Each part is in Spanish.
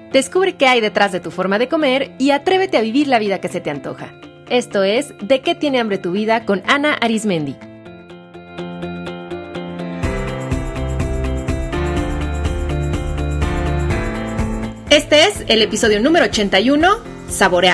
Descubre qué hay detrás de tu forma de comer y atrévete a vivir la vida que se te antoja. Esto es ¿De qué tiene hambre tu vida? Con Ana Arismendi. Este es el episodio número 81, Saborear.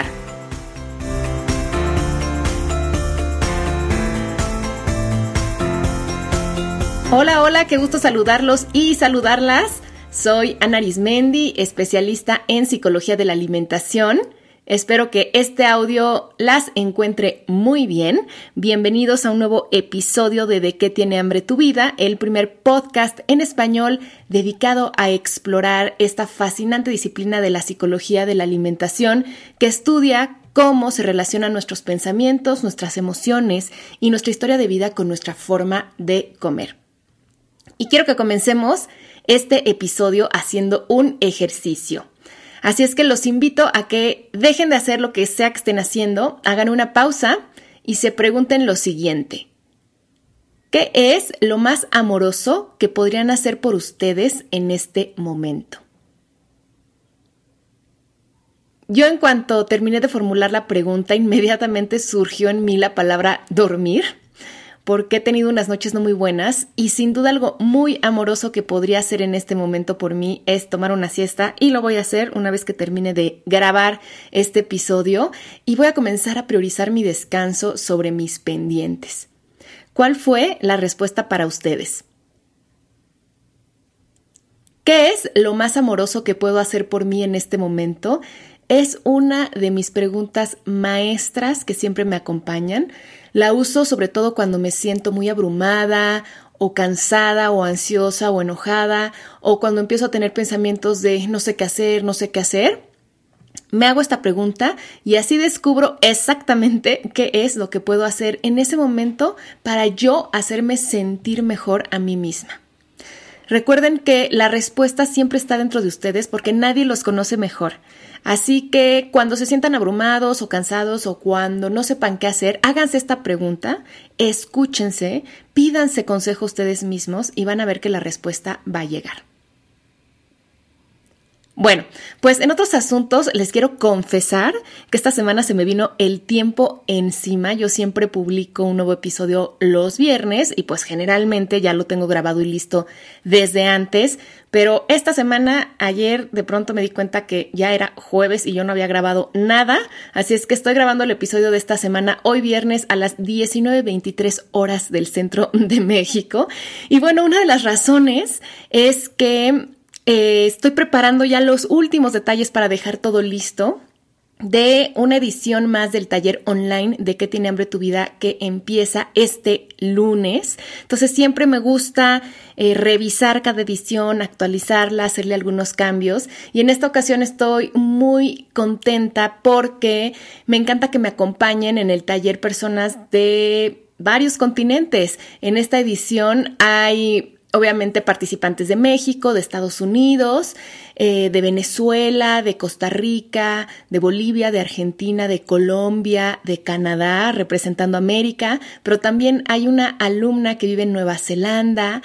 Hola, qué gusto saludarlos y saludarlas. Soy Ana Arismendi, especialista en psicología de la alimentación. Espero que este audio las encuentre muy bien. Bienvenidos a un nuevo episodio de qué tiene hambre tu vida, el primer podcast en español dedicado a explorar esta fascinante disciplina de la psicología de la alimentación que estudia cómo se relacionan nuestros pensamientos, nuestras emociones y nuestra historia de vida con nuestra forma de comer. Y quiero que comencemos este episodio haciendo un ejercicio. Así es que los invito a que dejen de hacer lo que sea que estén haciendo, hagan una pausa y se pregunten lo siguiente. ¿Qué es lo más amoroso que podrían hacer por ustedes en este momento? Yo, en cuanto terminé de formular la pregunta, inmediatamente surgió en mí la palabra dormir, porque he tenido unas noches no muy buenas y sin duda algo muy amoroso que podría hacer en este momento por mí es tomar una siesta, y lo voy a hacer una vez que termine de grabar este episodio y voy a comenzar a priorizar mi descanso sobre mis pendientes. ¿Cuál fue la respuesta para ustedes? ¿Qué es lo más amoroso que puedo hacer por mí en este momento? Es una de mis preguntas maestras que siempre me acompañan. La uso sobre todo cuando me siento muy abrumada o cansada o ansiosa o enojada, o cuando empiezo a tener pensamientos de no sé qué hacer. Me hago esta pregunta y así descubro exactamente qué es lo que puedo hacer en ese momento para yo hacerme sentir mejor a mí misma. Recuerden que la respuesta siempre está dentro de ustedes porque nadie los conoce mejor. Así que cuando se sientan abrumados o cansados o cuando no sepan qué hacer, háganse esta pregunta, escúchense, pídanse consejo ustedes mismos y van a ver que la respuesta va a llegar. Bueno, pues en otros asuntos les quiero confesar que esta semana se me vino el tiempo encima. Yo siempre publico un nuevo episodio los viernes y pues generalmente ya lo tengo grabado y listo desde antes, pero esta semana, ayer de pronto me di cuenta que ya era jueves y yo no había grabado nada, así es que estoy grabando el episodio de esta semana hoy viernes a las 19:23 horas del centro de México. Y bueno, una de las razones es que estoy preparando ya los últimos detalles para dejar todo listo de una edición más del taller online de ¿Qué tiene hambre tu vida? Que empieza este lunes. Entonces siempre me gusta revisar cada edición, actualizarla, hacerle algunos cambios, y en esta ocasión estoy muy contenta porque me encanta que me acompañen en el taller personas de varios continentes. En esta edición hay obviamente participantes de México, de Estados Unidos, de Venezuela, de Costa Rica, de Bolivia, de Argentina, de Colombia, de Canadá, representando a América, pero también hay una alumna que vive en Nueva Zelanda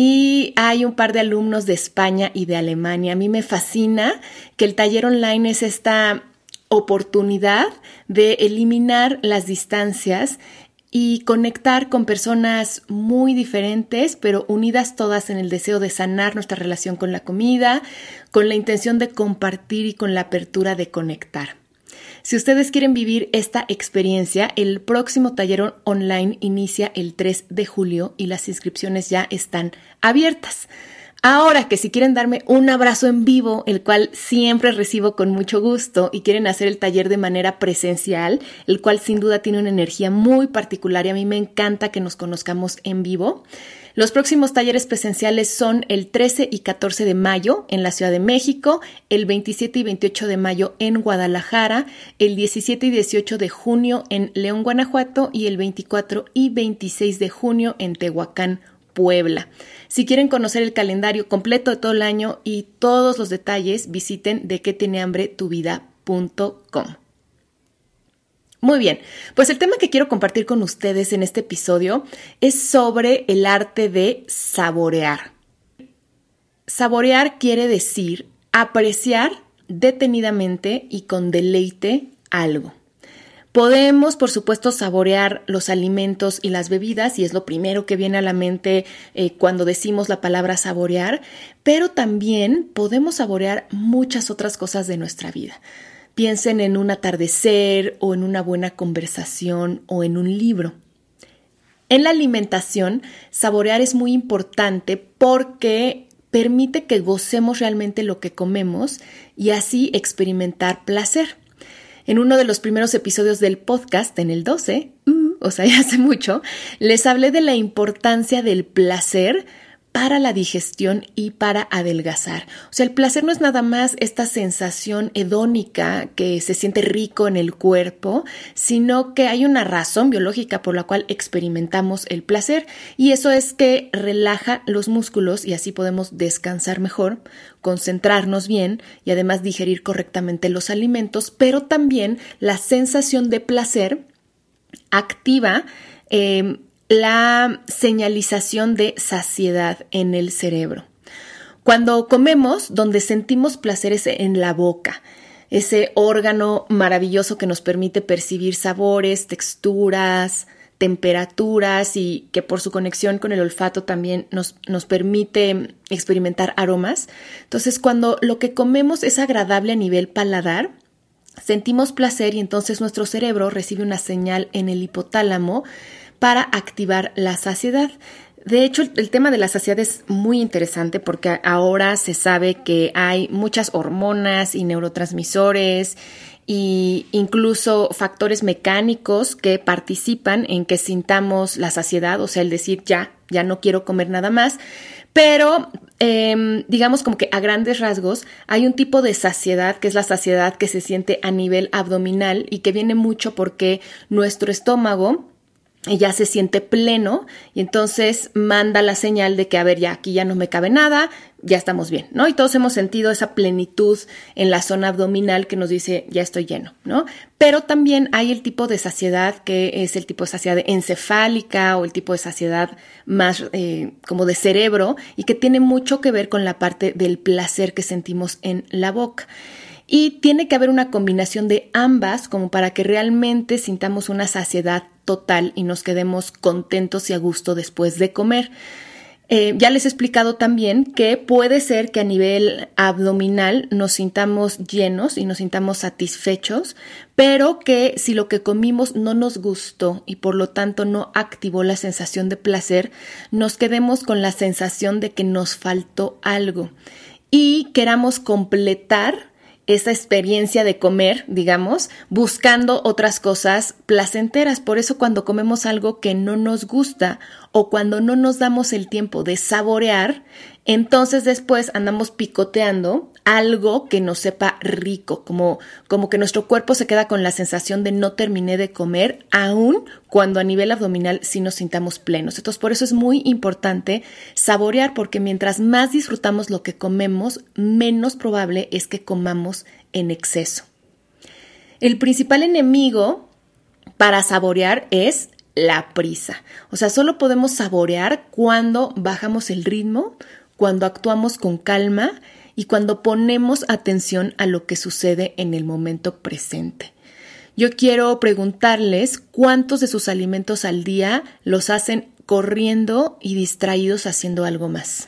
y hay un par de alumnos de España y de Alemania. A mí me fascina que el taller online es esta oportunidad de eliminar las distancias y conectar con personas muy diferentes, pero unidas todas en el deseo de sanar nuestra relación con la comida, con la intención de compartir y con la apertura de conectar. Si ustedes quieren vivir esta experiencia, el próximo taller online inicia el 3 de julio y las inscripciones ya están abiertas. Ahora que si quieren darme un abrazo en vivo, el cual siempre recibo con mucho gusto, y quieren hacer el taller de manera presencial, el cual sin duda tiene una energía muy particular y a mí me encanta que nos conozcamos en vivo. Los próximos talleres presenciales son el 13 y 14 de mayo en la Ciudad de México, el 27 y 28 de mayo en Guadalajara, el 17 y 18 de junio en León, Guanajuato, y el 24 y 26 de junio en Tehuacán, Puebla. Si quieren conocer el calendario completo de todo el año y todos los detalles, visiten dequetienehambretuvida.com. Muy bien, pues el tema que quiero compartir con ustedes en este episodio es sobre el arte de saborear. Saborear quiere decir apreciar detenidamente y con deleite algo. Podemos, por supuesto, saborear los alimentos y las bebidas, y es lo primero que viene a la mente cuando decimos la palabra saborear, pero también podemos saborear muchas otras cosas de nuestra vida. Piensen en un atardecer o en una buena conversación o en un libro. En la alimentación, saborear es muy importante porque permite que gocemos realmente lo que comemos y así experimentar placer. En uno de los primeros episodios del podcast, en el 12, ya hace mucho, les hablé de la importancia del placer para la digestión y para adelgazar. O sea, el placer no es nada más esta sensación hedónica que se siente rico en el cuerpo, sino que hay una razón biológica por la cual experimentamos el placer, y eso es que relaja los músculos y así podemos descansar mejor, concentrarnos bien y además digerir correctamente los alimentos, pero también la sensación de placer activa la señalización de saciedad en el cerebro. Cuando comemos, donde sentimos placer es en la boca, ese órgano maravilloso que nos permite percibir sabores, texturas, temperaturas y que por su conexión con el olfato también nos permite experimentar aromas. Entonces, cuando lo que comemos es agradable a nivel paladar, sentimos placer y entonces nuestro cerebro recibe una señal en el hipotálamo para activar la saciedad. De hecho, el tema de la saciedad es muy interesante porque ahora se sabe que hay muchas hormonas y neurotransmisores e incluso factores mecánicos que participan en que sintamos la saciedad, o sea, el decir ya no quiero comer nada más. Pero digamos como que a grandes rasgos hay un tipo de saciedad que es la saciedad que se siente a nivel abdominal y que viene mucho porque nuestro estómago ya se siente pleno y entonces manda la señal de que, a ver, ya aquí ya no me cabe nada, ya estamos bien, ¿no? Y todos hemos sentido esa plenitud en la zona abdominal que nos dice, ya estoy lleno, ¿no? Pero también hay el tipo de saciedad que es el tipo de saciedad encefálica o el tipo de saciedad más como de cerebro y que tiene mucho que ver con la parte del placer que sentimos en la boca. Y tiene que haber una combinación de ambas como para que realmente sintamos una saciedad total y nos quedemos contentos y a gusto después de comer. Ya les he explicado también que puede ser que a nivel abdominal nos sintamos llenos y nos sintamos satisfechos, pero que si lo que comimos no nos gustó y por lo tanto no activó la sensación de placer, nos quedemos con la sensación de que nos faltó algo y queramos completar esa experiencia de comer, digamos, buscando otras cosas placenteras. Por eso cuando comemos algo que no nos gusta o cuando no nos damos el tiempo de saborear, entonces después andamos picoteando algo que nos sepa rico, como que nuestro cuerpo se queda con la sensación de no terminé de comer, aun cuando a nivel abdominal sí nos sintamos plenos. Entonces, por eso es muy importante saborear, porque mientras más disfrutamos lo que comemos, menos probable es que comamos en exceso. El principal enemigo para saborear es la prisa. O sea, solo podemos saborear cuando bajamos el ritmo, cuando actuamos con calma y cuando ponemos atención a lo que sucede en el momento presente. Yo quiero preguntarles cuántos de sus alimentos al día los hacen corriendo y distraídos haciendo algo más.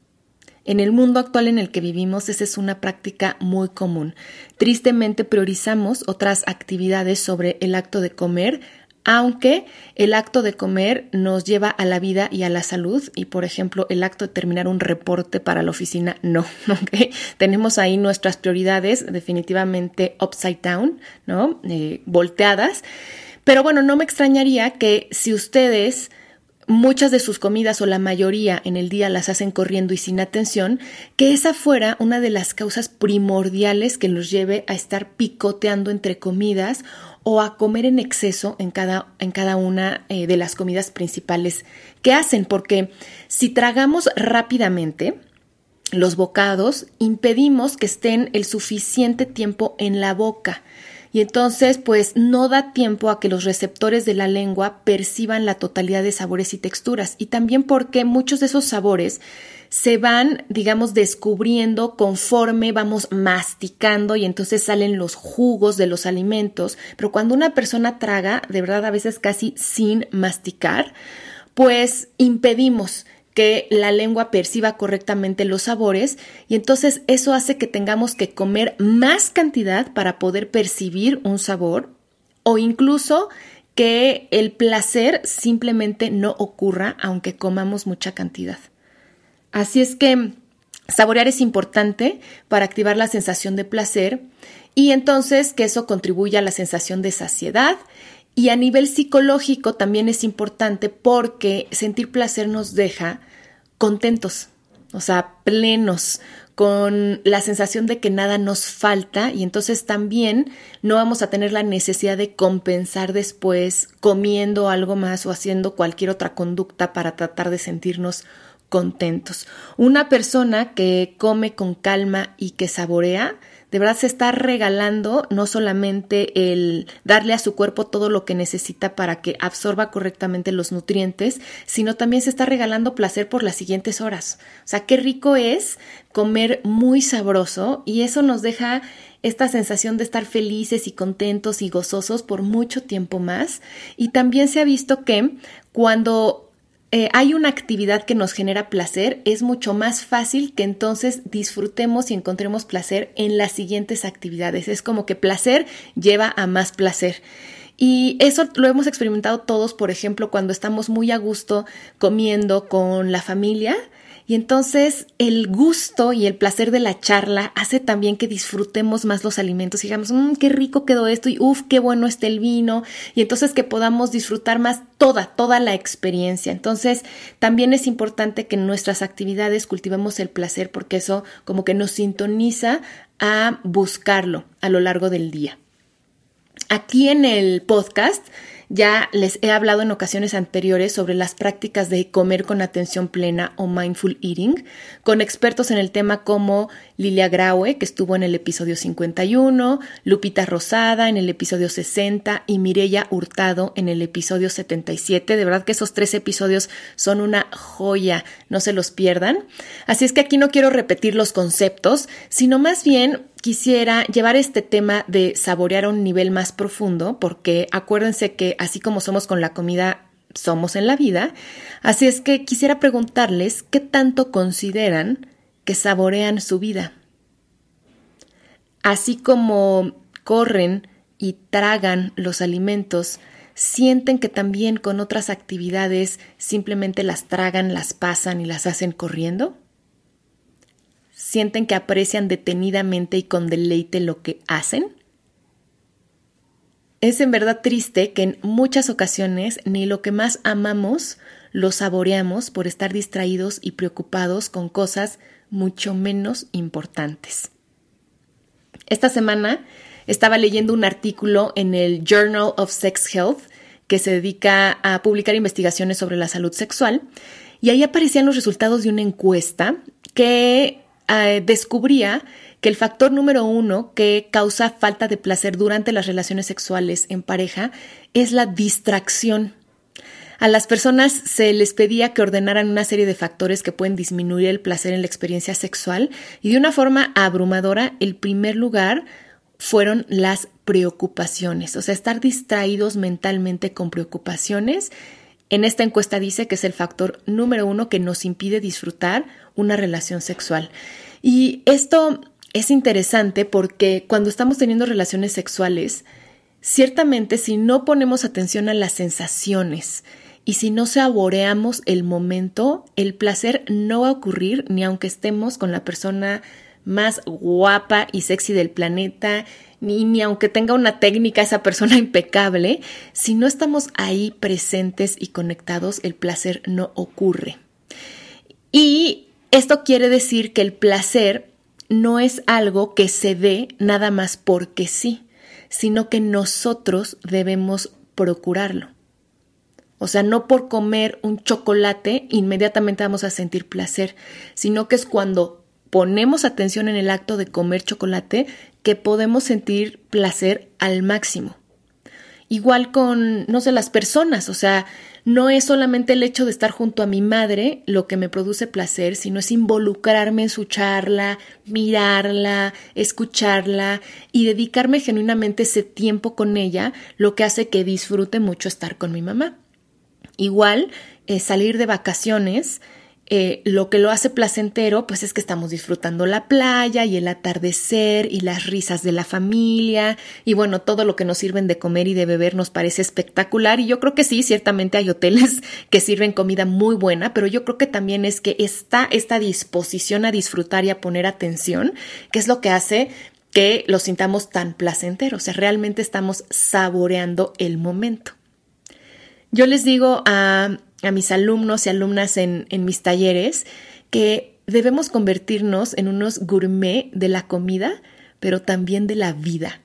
En el mundo actual en el que vivimos, esa es una práctica muy común. Tristemente priorizamos otras actividades sobre el acto de comer, aunque el acto de comer nos lleva a la vida y a la salud y, por ejemplo, el acto de terminar un reporte para la oficina, no, ¿okay? Tenemos ahí nuestras prioridades definitivamente upside down, ¿no? Volteadas, pero bueno, no me extrañaría que si ustedes muchas de sus comidas o la mayoría en el día las hacen corriendo y sin atención, que esa fuera una de las causas primordiales que los lleve a estar picoteando entre comidas o a comer en exceso en cada una de las comidas principales que hacen, porque si tragamos rápidamente los bocados, impedimos que estén el suficiente tiempo en la boca. y entonces pues no da tiempo a que los receptores de la lengua perciban la totalidad de sabores y texturas, y también porque muchos de esos sabores se van, digamos, descubriendo conforme vamos masticando y entonces salen los jugos de los alimentos. Pero cuando una persona traga, de verdad a veces casi sin masticar, pues impedimos que la lengua perciba correctamente los sabores y entonces eso hace que tengamos que comer más cantidad para poder percibir un sabor o incluso que el placer simplemente no ocurra aunque comamos mucha cantidad. Así es que saborear es importante para activar la sensación de placer y entonces que eso contribuya a la sensación de saciedad. Y a nivel psicológico también es importante porque sentir placer nos deja contentos, o sea, plenos, con la sensación de que nada nos falta y entonces también no vamos a tener la necesidad de compensar después comiendo algo más o haciendo cualquier otra conducta para tratar de sentirnos contentos. Una persona que come con calma y que saborea, de verdad se está regalando no solamente el darle a su cuerpo todo lo que necesita para que absorba correctamente los nutrientes, sino también se está regalando placer por las siguientes horas. O sea, qué rico es comer muy sabroso y eso nos deja esta sensación de estar felices y contentos y gozosos por mucho tiempo más. Y también se ha visto que cuando hay una actividad que nos genera placer, es mucho más fácil que entonces disfrutemos y encontremos placer en las siguientes actividades. Es como que placer lleva a más placer. Y eso lo hemos experimentado todos, por ejemplo, cuando estamos muy a gusto comiendo con la familia. Y entonces el gusto y el placer de la charla hace también que disfrutemos más los alimentos y digamos, qué rico quedó esto y qué bueno está el vino. Y entonces que podamos disfrutar más toda la experiencia. Entonces también es importante que en nuestras actividades cultivemos el placer porque eso como que nos sintoniza a buscarlo a lo largo del día. Aquí en el podcast ya les he hablado en ocasiones anteriores sobre las prácticas de comer con atención plena o mindful eating, con expertos en el tema como Lilia Graue, que estuvo en el episodio 51, Lupita Rosada en el episodio 60 y Mireya Hurtado en el episodio 77. De verdad que esos 3 episodios son una joya, no se los pierdan. Así es que aquí no quiero repetir los conceptos, sino más bien quisiera llevar este tema de saborear a un nivel más profundo, porque acuérdense que así como somos con la comida, somos en la vida. Así es que quisiera preguntarles qué tanto consideran que saborean su vida. Así como corren y tragan los alimentos, ¿sienten que también con otras actividades simplemente las tragan, las pasan y las hacen corriendo? ¿Sienten que aprecian detenidamente y con deleite lo que hacen? Es en verdad triste que en muchas ocasiones ni lo que más amamos lo saboreamos por estar distraídos y preocupados con cosas mucho menos importantes. Esta semana estaba leyendo un artículo en el Journal of Sex Health que se dedica a publicar investigaciones sobre la salud sexual y ahí aparecían los resultados de una encuesta que descubría que el factor número 1 que causa falta de placer durante las relaciones sexuales en pareja es la distracción. A las personas se les pedía que ordenaran una serie de factores que pueden disminuir el placer en la experiencia sexual y de una forma abrumadora, el primer lugar fueron las preocupaciones, o sea, estar distraídos mentalmente con preocupaciones. En esta encuesta dice que es el factor número 1 que nos impide disfrutar una relación sexual. Y esto es interesante porque cuando estamos teniendo relaciones sexuales, ciertamente si no ponemos atención a las sensaciones y si no saboreamos el momento, el placer no va a ocurrir ni aunque estemos con la persona más guapa y sexy del planeta, ni aunque tenga una técnica esa persona impecable, si no estamos ahí presentes y conectados, el placer no ocurre. Y esto quiere decir que el placer no es algo que se dé nada más porque sí, sino que nosotros debemos procurarlo. O sea, no por comer un chocolate inmediatamente vamos a sentir placer, sino que es cuando ponemos atención en el acto de comer chocolate que podemos sentir placer al máximo. Igual con, no sé, las personas, o sea, no es solamente el hecho de estar junto a mi madre lo que me produce placer, sino es involucrarme en su charla, mirarla, escucharla y dedicarme genuinamente ese tiempo con ella, lo que hace que disfrute mucho estar con mi mamá. Igual, salir de vacaciones, lo que lo hace placentero, pues es que estamos disfrutando la playa y el atardecer y las risas de la familia y bueno, todo lo que nos sirven de comer y de beber nos parece espectacular y yo creo que sí, ciertamente hay hoteles que sirven comida muy buena, pero yo creo que también es que está esta disposición a disfrutar y a poner atención, que es lo que hace que lo sintamos tan placentero, o sea, realmente estamos saboreando el momento. Yo les digo a mis alumnos y alumnas en mis talleres que debemos convertirnos en unos gourmet de la comida, pero también de la vida.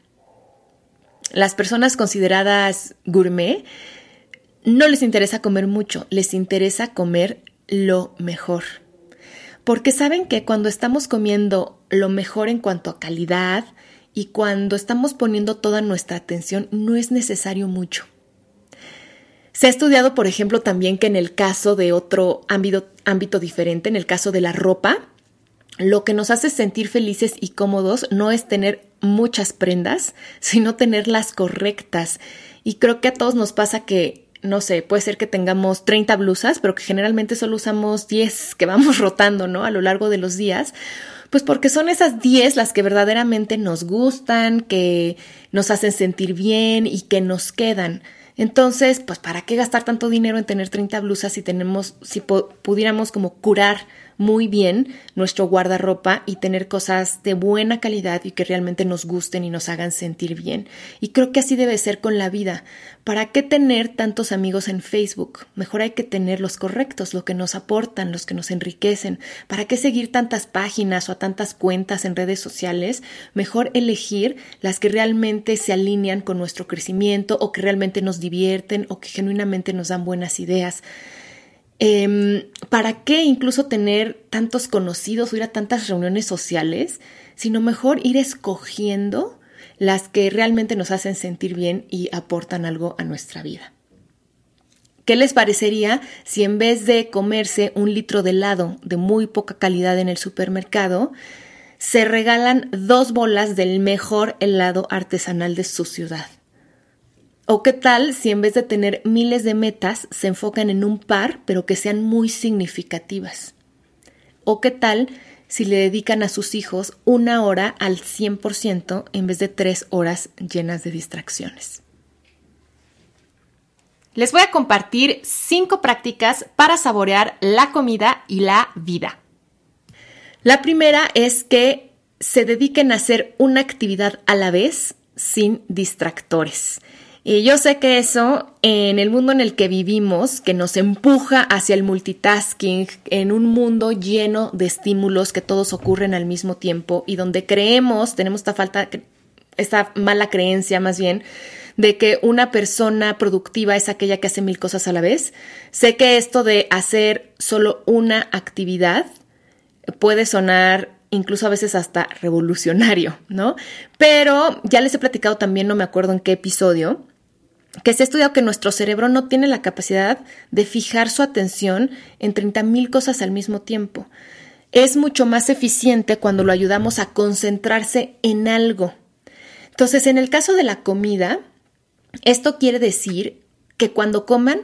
Las personas consideradas gourmet no les interesa comer mucho, les interesa comer lo mejor. Porque saben que cuando estamos comiendo lo mejor en cuanto a calidad y cuando estamos poniendo toda nuestra atención, no es necesario mucho. Se ha estudiado, por ejemplo, también que en el caso de otro ámbito diferente, en el caso de la ropa, lo que nos hace sentir felices y cómodos no es tener muchas prendas, sino tener las correctas. Y creo que a todos nos pasa que, no sé, puede ser que tengamos 30 blusas, pero que generalmente solo usamos 10 que vamos rotando, ¿no? A lo largo de los días. Pues porque son esas 10 las que verdaderamente nos gustan, que nos hacen sentir bien y que nos quedan. Entonces, pues, ¿para qué gastar tanto dinero en tener 30 blusas si pudiéramos como curar muy bien nuestro guardarropa y tener cosas de buena calidad y que realmente nos gusten y nos hagan sentir bien? Y creo que así debe ser con la vida. ¿Para qué tener tantos amigos en Facebook? Mejor hay que tener los correctos, los que nos aportan, los que nos enriquecen. ¿Para qué seguir tantas páginas o a tantas cuentas en redes sociales? Mejor elegir las que realmente se alinean con nuestro crecimiento o que realmente nos divierten o que genuinamente nos dan buenas ideas. ¿Para qué incluso tener tantos conocidos o ir a tantas reuniones sociales? Sino mejor ir escogiendo las que realmente nos hacen sentir bien y aportan algo a nuestra vida. ¿Qué les parecería si en vez de comerse 1 litro de helado de muy poca calidad en el supermercado, se regalan 2 bolas del mejor helado artesanal de su ciudad? ¿O qué tal si en vez de tener miles de metas se enfocan en un par, pero que sean muy significativas? ¿O qué tal si le dedican a sus hijos 1 hora al 100% en vez de 3 horas llenas de distracciones? Les voy a compartir 5 prácticas para saborear la comida y la vida. La primera es que se dediquen a hacer una actividad a la vez sin distractores. Y yo sé que eso, en el mundo en el que vivimos, que nos empuja hacia el multitasking, en un mundo lleno de estímulos que todos ocurren al mismo tiempo y donde tenemos esta mala creencia más bien, de que una persona productiva es aquella que hace 1000 cosas a la vez. Sé que esto de hacer solo una actividad puede sonar incluso a veces hasta revolucionario, ¿no? Pero ya les he platicado también, no me acuerdo en qué episodio, que se ha estudiado que nuestro cerebro no tiene la capacidad de fijar su atención en 30,000 cosas al mismo tiempo. Es mucho más eficiente cuando lo ayudamos a concentrarse en algo. Entonces, en el caso de la comida, esto quiere decir que cuando coman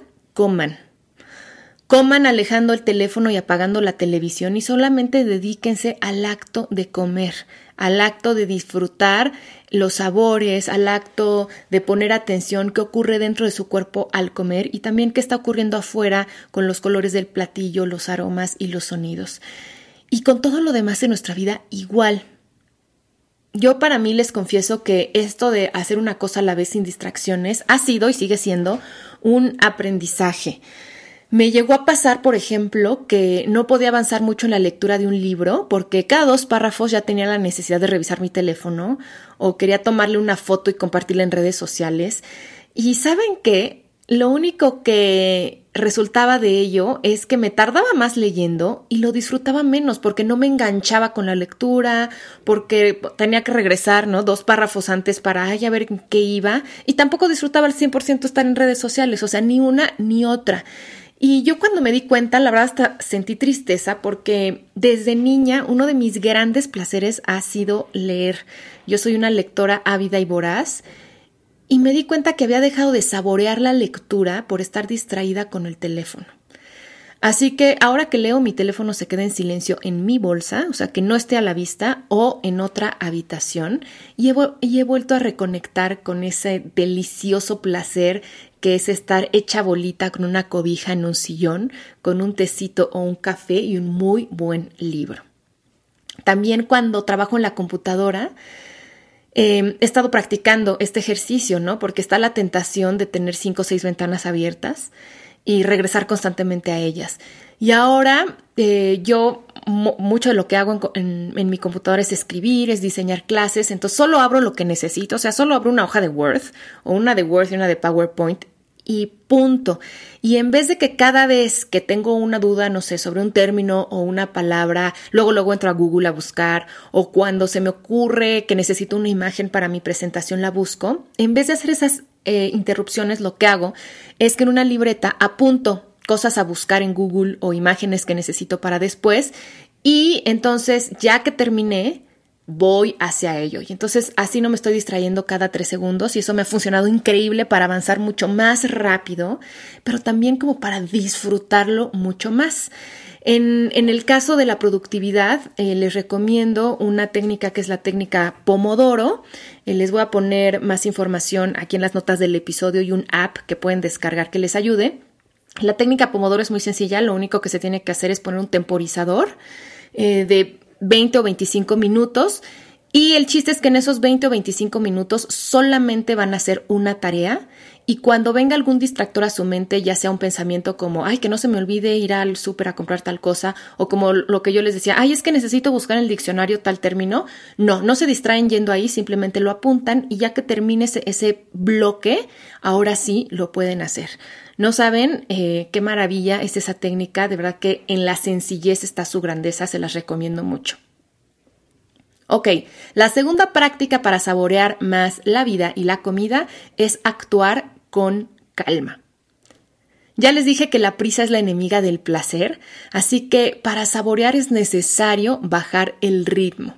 alejando el teléfono y apagando la televisión y solamente dedíquense al acto de comer, al acto de disfrutar los sabores, al acto de poner atención qué ocurre dentro de su cuerpo al comer y también qué está ocurriendo afuera con los colores del platillo, los aromas y los sonidos. Y con todo lo demás de nuestra vida igual. Yo para mí les confieso que esto de hacer una cosa a la vez sin distracciones ha sido y sigue siendo un aprendizaje. Me llegó a pasar, por ejemplo, que no podía avanzar mucho en la lectura de un libro porque cada 2 párrafos ya tenía la necesidad de revisar mi teléfono o quería tomarle una foto y compartirla en redes sociales. Y ¿saben qué? Lo único que resultaba de ello es que me tardaba más leyendo y lo disfrutaba menos porque no me enganchaba con la lectura, porque tenía que regresar, ¿no? 2 párrafos antes para a ver en qué iba, y tampoco disfrutaba al 100% estar en redes sociales, o sea, ni una ni otra. Y yo cuando me di cuenta, la verdad hasta sentí tristeza porque desde niña uno de mis grandes placeres ha sido leer. Yo soy una lectora ávida y voraz y me di cuenta que había dejado de saborear la lectura por estar distraída con el teléfono. Así que ahora que leo, mi teléfono se queda en silencio en mi bolsa, o sea, que no esté a la vista o en otra habitación, y he vuelto a reconectar con ese delicioso placer que es estar hecha bolita con una cobija en un sillón, con un tecito o un café y un muy buen libro. También cuando trabajo en la computadora, he estado practicando este ejercicio, ¿no? Porque está la tentación de tener 5 o 6 ventanas abiertas y regresar constantemente a ellas. Y ahora mucho de lo que hago en mi computadora es escribir, es diseñar clases, entonces solo abro lo que necesito, o sea, solo abro una hoja de Word o una de Word y una de PowerPoint y punto. Y en vez de que cada vez que tengo una duda, no sé, sobre un término o una palabra, luego entro a Google a buscar, o cuando se me ocurre que necesito una imagen para mi presentación la busco, en vez de hacer esas interrupciones, lo que hago es que en una libreta apunto cosas a buscar en Google o imágenes que necesito para después, y entonces ya que terminé voy hacia ello. Y entonces así no me estoy distrayendo cada 3 segundos y eso me ha funcionado increíble para avanzar mucho más rápido, pero también como para disfrutarlo mucho más. En el caso de la productividad, les recomiendo una técnica que es la técnica Pomodoro. Les voy a poner más información aquí en las notas del episodio y un app que pueden descargar que les ayude. La técnica Pomodoro es muy sencilla, lo único que se tiene que hacer es poner un temporizador de 20 o 25 minutos y el chiste es que en esos 20 o 25 minutos solamente van a hacer una tarea y cuando venga algún distractor a su mente, ya sea un pensamiento como, ay, que no se me olvide ir al súper a comprar tal cosa, o como lo que yo les decía, ay, es que necesito buscar en el diccionario tal término, no se distraen yendo ahí, simplemente lo apuntan y ya que termine ese bloque, ahora sí lo pueden hacer. No saben qué maravilla es esa técnica, de verdad que en la sencillez está su grandeza, se las recomiendo mucho. Ok, la segunda práctica para saborear más la vida y la comida es actuar con calma. Ya les dije que la prisa es la enemiga del placer, así que para saborear es necesario bajar el ritmo.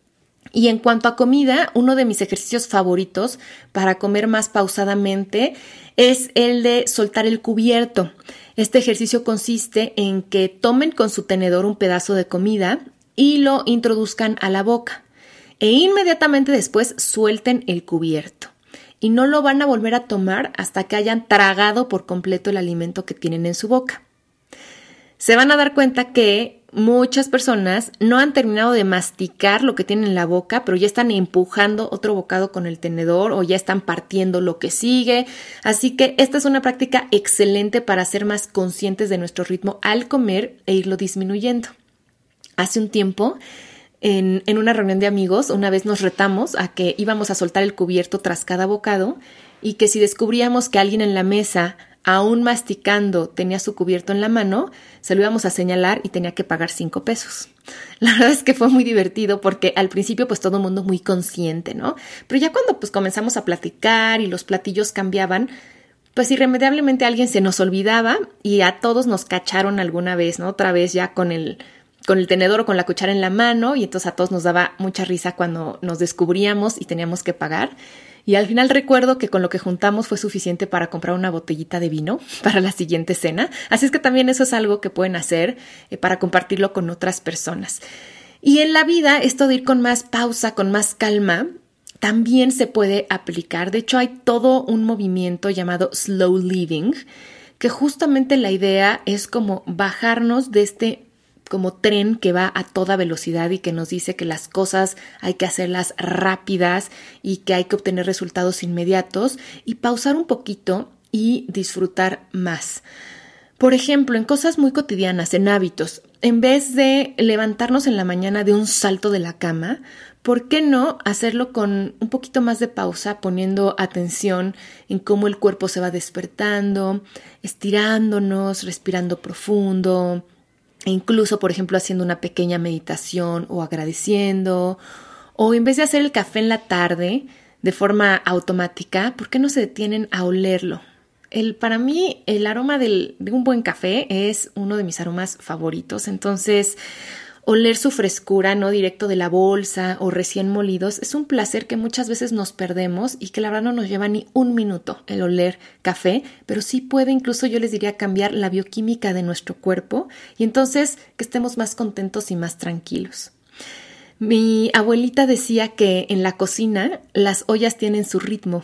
Y en cuanto a comida, uno de mis ejercicios favoritos para comer más pausadamente es el de soltar el cubierto. Este ejercicio consiste en que tomen con su tenedor un pedazo de comida y lo introduzcan a la boca e inmediatamente después suelten el cubierto y no lo van a volver a tomar hasta que hayan tragado por completo el alimento que tienen en su boca. Se van a dar cuenta que muchas personas no han terminado de masticar lo que tienen en la boca, pero ya están empujando otro bocado con el tenedor o ya están partiendo lo que sigue. Así que esta es una práctica excelente para ser más conscientes de nuestro ritmo al comer e irlo disminuyendo. Hace un tiempo, en una reunión de amigos, una vez nos retamos a que íbamos a soltar el cubierto tras cada bocado y que si descubríamos que alguien en la mesa, aún masticando, tenía su cubierto en la mano, se lo íbamos a señalar y tenía que pagar 5 pesos. La verdad es que fue muy divertido porque al principio pues todo el mundo muy consciente, ¿no? Pero ya cuando pues comenzamos a platicar y los platillos cambiaban, pues irremediablemente alguien se nos olvidaba y a todos nos cacharon alguna vez, ¿no? Otra vez ya con el tenedor o con la cuchara en la mano y entonces a todos nos daba mucha risa cuando nos descubríamos y teníamos que pagar. Y al final recuerdo que con lo que juntamos fue suficiente para comprar una botellita de vino para la siguiente cena. Así es que también eso es algo que pueden hacer para compartirlo con otras personas. Y en la vida, esto de ir con más pausa, con más calma, también se puede aplicar. De hecho, hay todo un movimiento llamado slow living, que justamente la idea es como bajarnos de este como tren que va a toda velocidad y que nos dice que las cosas hay que hacerlas rápidas y que hay que obtener resultados inmediatos y pausar un poquito y disfrutar más. Por ejemplo, en cosas muy cotidianas, en hábitos, en vez de levantarnos en la mañana de un salto de la cama, ¿por qué no hacerlo con un poquito más de pausa, poniendo atención en cómo el cuerpo se va despertando, estirándonos, respirando profundo, e incluso, por ejemplo, haciendo una pequeña meditación o agradeciendo, o en vez de hacer el café en la tarde de forma automática, ¿por qué no se detienen a olerlo? Para mí, el aroma de un buen café es uno de mis aromas favoritos. Entonces, oler su frescura, no directo de la bolsa o recién molidos, es un placer que muchas veces nos perdemos y que la verdad no nos lleva ni un minuto el oler café, pero sí puede incluso, yo les diría, cambiar la bioquímica de nuestro cuerpo y entonces que estemos más contentos y más tranquilos. Mi abuelita decía que en la cocina las ollas tienen su ritmo.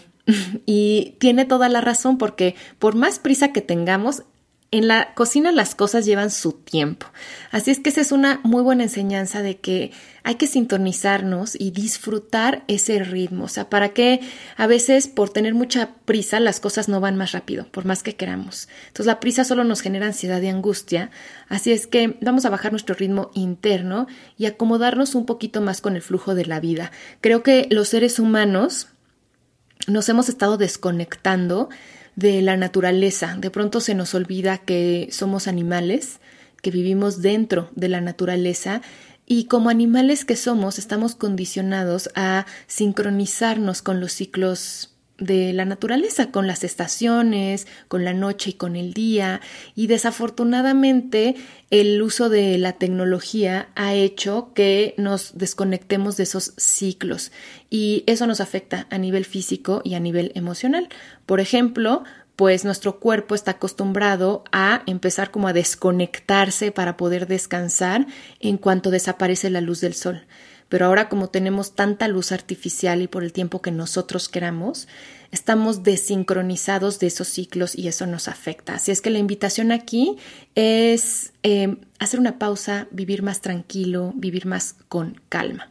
Y tiene toda la razón porque por más prisa que tengamos, en la cocina las cosas llevan su tiempo. Así es que esa es una muy buena enseñanza de que hay que sintonizarnos y disfrutar ese ritmo. O sea, para que a veces por tener mucha prisa las cosas no van más rápido, por más que queramos. Entonces la prisa solo nos genera ansiedad y angustia. Así es que vamos a bajar nuestro ritmo interno y acomodarnos un poquito más con el flujo de la vida. Creo que los seres humanos nos hemos estado desconectando de la naturaleza. De pronto se nos olvida que somos animales, que vivimos dentro de la naturaleza y como animales que somos estamos condicionados a sincronizarnos con los ciclos de la naturaleza, con las estaciones, con la noche y con el día, y desafortunadamente el uso de la tecnología ha hecho que nos desconectemos de esos ciclos y eso nos afecta a nivel físico y a nivel emocional. Por ejemplo, pues nuestro cuerpo está acostumbrado a empezar como a desconectarse para poder descansar en cuanto desaparece la luz del sol. Pero ahora como tenemos tanta luz artificial y por el tiempo que nosotros queramos, estamos desincronizados de esos ciclos y eso nos afecta. Así es que la invitación aquí es hacer una pausa, vivir más tranquilo, vivir más con calma.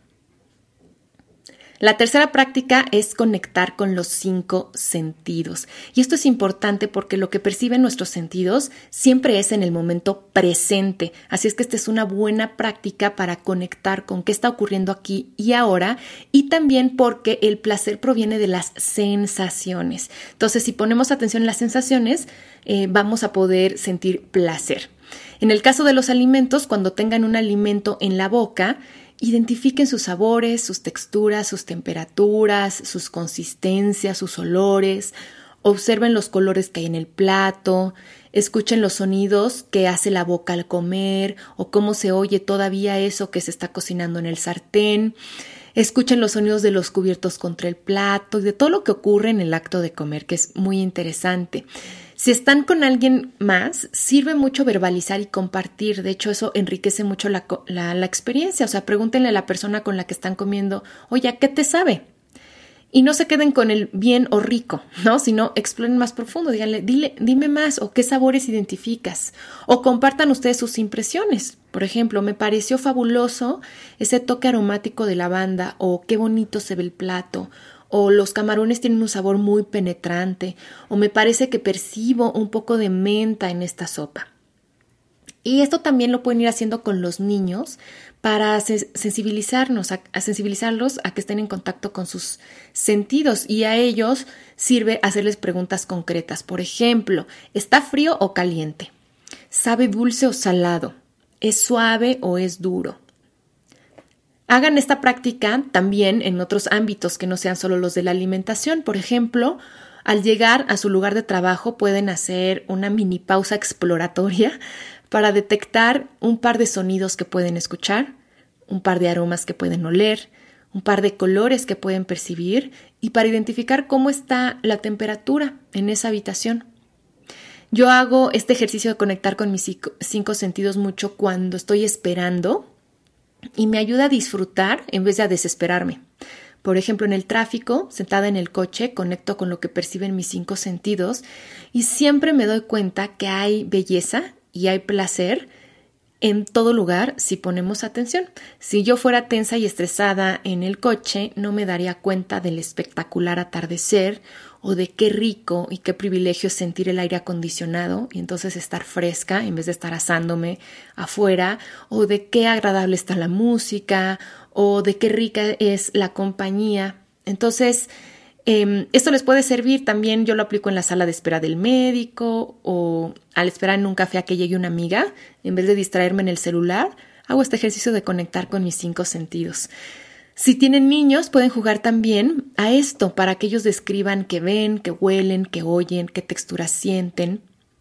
La tercera práctica es conectar con los 5 sentidos. Y esto es importante porque lo que perciben nuestros sentidos siempre es en el momento presente. Así es que esta es una buena práctica para conectar con qué está ocurriendo aquí y ahora y también porque el placer proviene de las sensaciones. Entonces, si ponemos atención en las sensaciones, vamos a poder sentir placer. En el caso de los alimentos, cuando tengan un alimento en la boca, identifiquen sus sabores, sus texturas, sus temperaturas, sus consistencias, sus olores. Observen los colores que hay en el plato. Escuchen los sonidos que hace la boca al comer o cómo se oye todavía eso que se está cocinando en el sartén. Escuchen los sonidos de los cubiertos contra el plato y de todo lo que ocurre en el acto de comer, que es muy interesante. Si están con alguien más, sirve mucho verbalizar y compartir. De hecho, eso enriquece mucho la experiencia. O sea, pregúntenle a la persona con la que están comiendo, oye, ¿a qué te sabe? Y no se queden con el bien o rico, ¿no? Sino exploren más profundo. Díganle, dime más o qué sabores identificas. O compartan ustedes sus impresiones. Por ejemplo, me pareció fabuloso ese toque aromático de lavanda o qué bonito se ve el plato. O los camarones tienen un sabor muy penetrante, o me parece que percibo un poco de menta en esta sopa. Y esto también lo pueden ir haciendo con los niños para sensibilizarlos a que estén en contacto con sus sentidos y a ellos sirve hacerles preguntas concretas. Por ejemplo, ¿está frío o caliente? ¿Sabe dulce o salado? ¿Es suave o es duro? Hagan esta práctica también en otros ámbitos que no sean solo los de la alimentación. Por ejemplo, al llegar a su lugar de trabajo pueden hacer una mini pausa exploratoria para detectar un par de sonidos que pueden escuchar, un par de aromas que pueden oler, un par de colores que pueden percibir y para identificar cómo está la temperatura en esa habitación. Yo hago este ejercicio de conectar con mis 5 sentidos mucho cuando estoy esperando y me ayuda a disfrutar en vez de a desesperarme. Por ejemplo, en el tráfico, sentada en el coche, conecto con lo que perciben mis 5 sentidos y siempre me doy cuenta que hay belleza y hay placer en todo lugar si ponemos atención. Si yo fuera tensa y estresada en el coche, no me daría cuenta del espectacular atardecer o de qué rico y qué privilegio es sentir el aire acondicionado y entonces estar fresca en vez de estar asándome afuera, o de qué agradable está la música o de qué rica es la compañía. Entonces, esto les puede servir también. Yo lo aplico en la sala de espera del médico o al esperar en un café a que llegue una amiga. En vez de distraerme en el celular, hago este ejercicio de conectar con mis 5 sentidos. Si tienen niños, pueden jugar también a esto para que ellos describan qué ven, qué huelen, qué oyen, qué texturas sienten.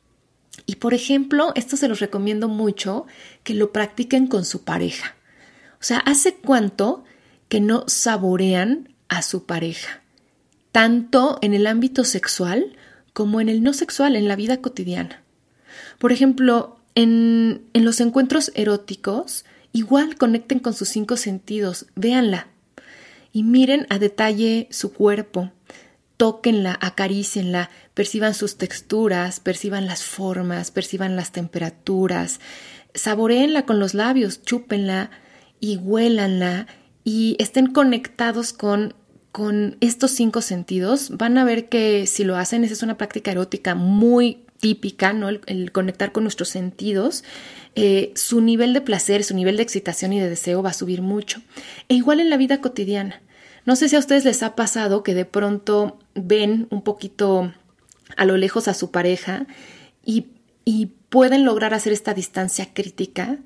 Y por ejemplo, esto se los recomiendo mucho, que lo practiquen con su pareja. O sea, ¿hace cuánto que no saborean a su pareja? Tanto en el ámbito sexual como en el no sexual, en la vida cotidiana. Por ejemplo, en los encuentros eróticos, igual conecten con sus 5 sentidos, véanla y miren a detalle su cuerpo, tóquenla, acarícienla, perciban sus texturas, perciban las formas, perciban las temperaturas, saboréenla con los labios, chúpenla y huélanla y estén conectados con estos 5 sentidos. Van a ver que si lo hacen, esa es una práctica erótica muy típica, ¿no? El conectar con nuestros sentidos, su nivel de placer, su nivel de excitación y de deseo va a subir mucho. E igual en la vida cotidiana. No sé si a ustedes les ha pasado que de pronto ven un poquito a lo lejos a su pareja y pueden lograr hacer esta distancia crítica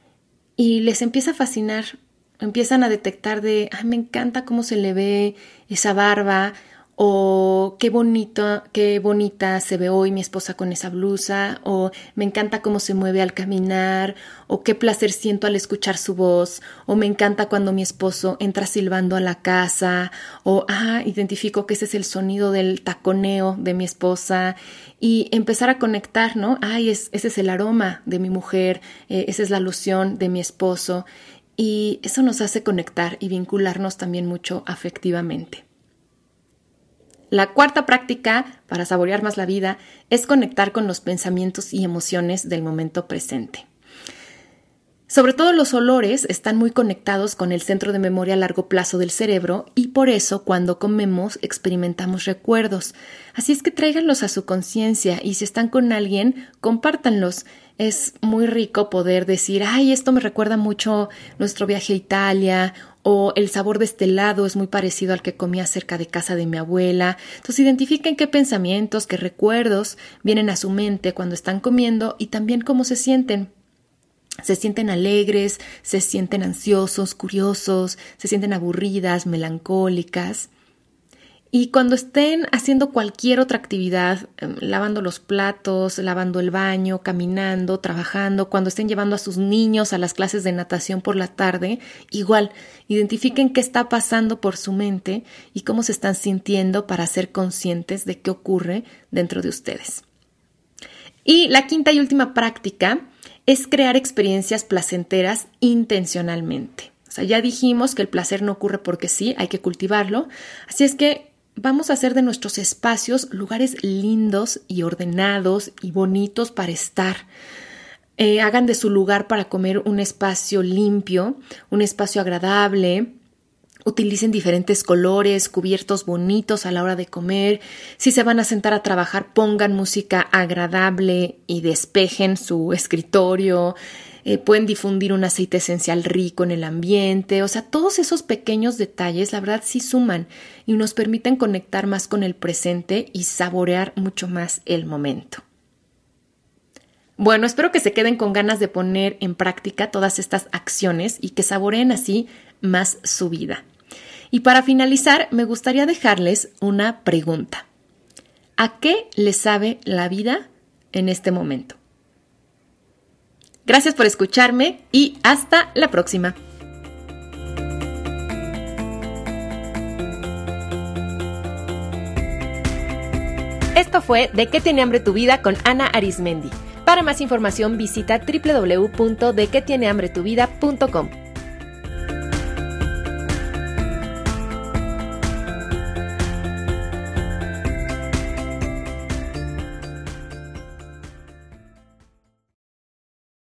y les empieza a fascinar. Empiezan a detectar de, me encanta cómo se le ve esa barba, o qué bonita se ve hoy mi esposa con esa blusa, o me encanta cómo se mueve al caminar, o qué placer siento al escuchar su voz, o me encanta cuando mi esposo entra silbando a la casa, o identifico que ese es el sonido del taconeo de mi esposa, y empezar a conectar, ¿no? Ese es el aroma de mi mujer, esa es la loción de mi esposo, y eso nos hace conectar y vincularnos también mucho afectivamente. La 4ª práctica para saborear más la vida es conectar con los pensamientos y emociones del momento presente. Sobre todo los olores están muy conectados con el centro de memoria a largo plazo del cerebro y por eso cuando comemos experimentamos recuerdos. Así es que tráiganlos a su conciencia y si están con alguien, compártanlos. Es muy rico poder decir, esto me recuerda mucho nuestro viaje a Italia, o el sabor de este helado es muy parecido al que comía cerca de casa de mi abuela. Entonces identifiquen qué pensamientos, qué recuerdos vienen a su mente cuando están comiendo y también cómo se sienten. Se sienten alegres, se sienten ansiosos, curiosos, se sienten aburridas, melancólicas. Y cuando estén haciendo cualquier otra actividad, lavando los platos, lavando el baño, caminando, trabajando, cuando estén llevando a sus niños a las clases de natación por la tarde, igual, identifiquen qué está pasando por su mente y cómo se están sintiendo para ser conscientes de qué ocurre dentro de ustedes. Y la 5ª y última práctica es crear experiencias placenteras intencionalmente. O sea, ya dijimos que el placer no ocurre porque sí, hay que cultivarlo. Así es que vamos a hacer de nuestros espacios lugares lindos y ordenados y bonitos para estar. Hagan de su lugar para comer un espacio limpio, un espacio agradable. Utilicen diferentes colores, cubiertos bonitos a la hora de comer. Si se van a sentar a trabajar, pongan música agradable y despejen su escritorio. Pueden difundir un aceite esencial rico en el ambiente. O sea, todos esos pequeños detalles, la verdad, sí suman y nos permiten conectar más con el presente y saborear mucho más el momento. Bueno, espero que se queden con ganas de poner en práctica todas estas acciones y que saboreen así más su vida. Y para finalizar, me gustaría dejarles una pregunta. ¿A qué le sabe la vida en este momento? Gracias por escucharme y hasta la próxima. Esto fue ¿De qué tiene hambre tu vida? Con Ana Arismendi. Para más información visita www.dequetienehambretuvida.com.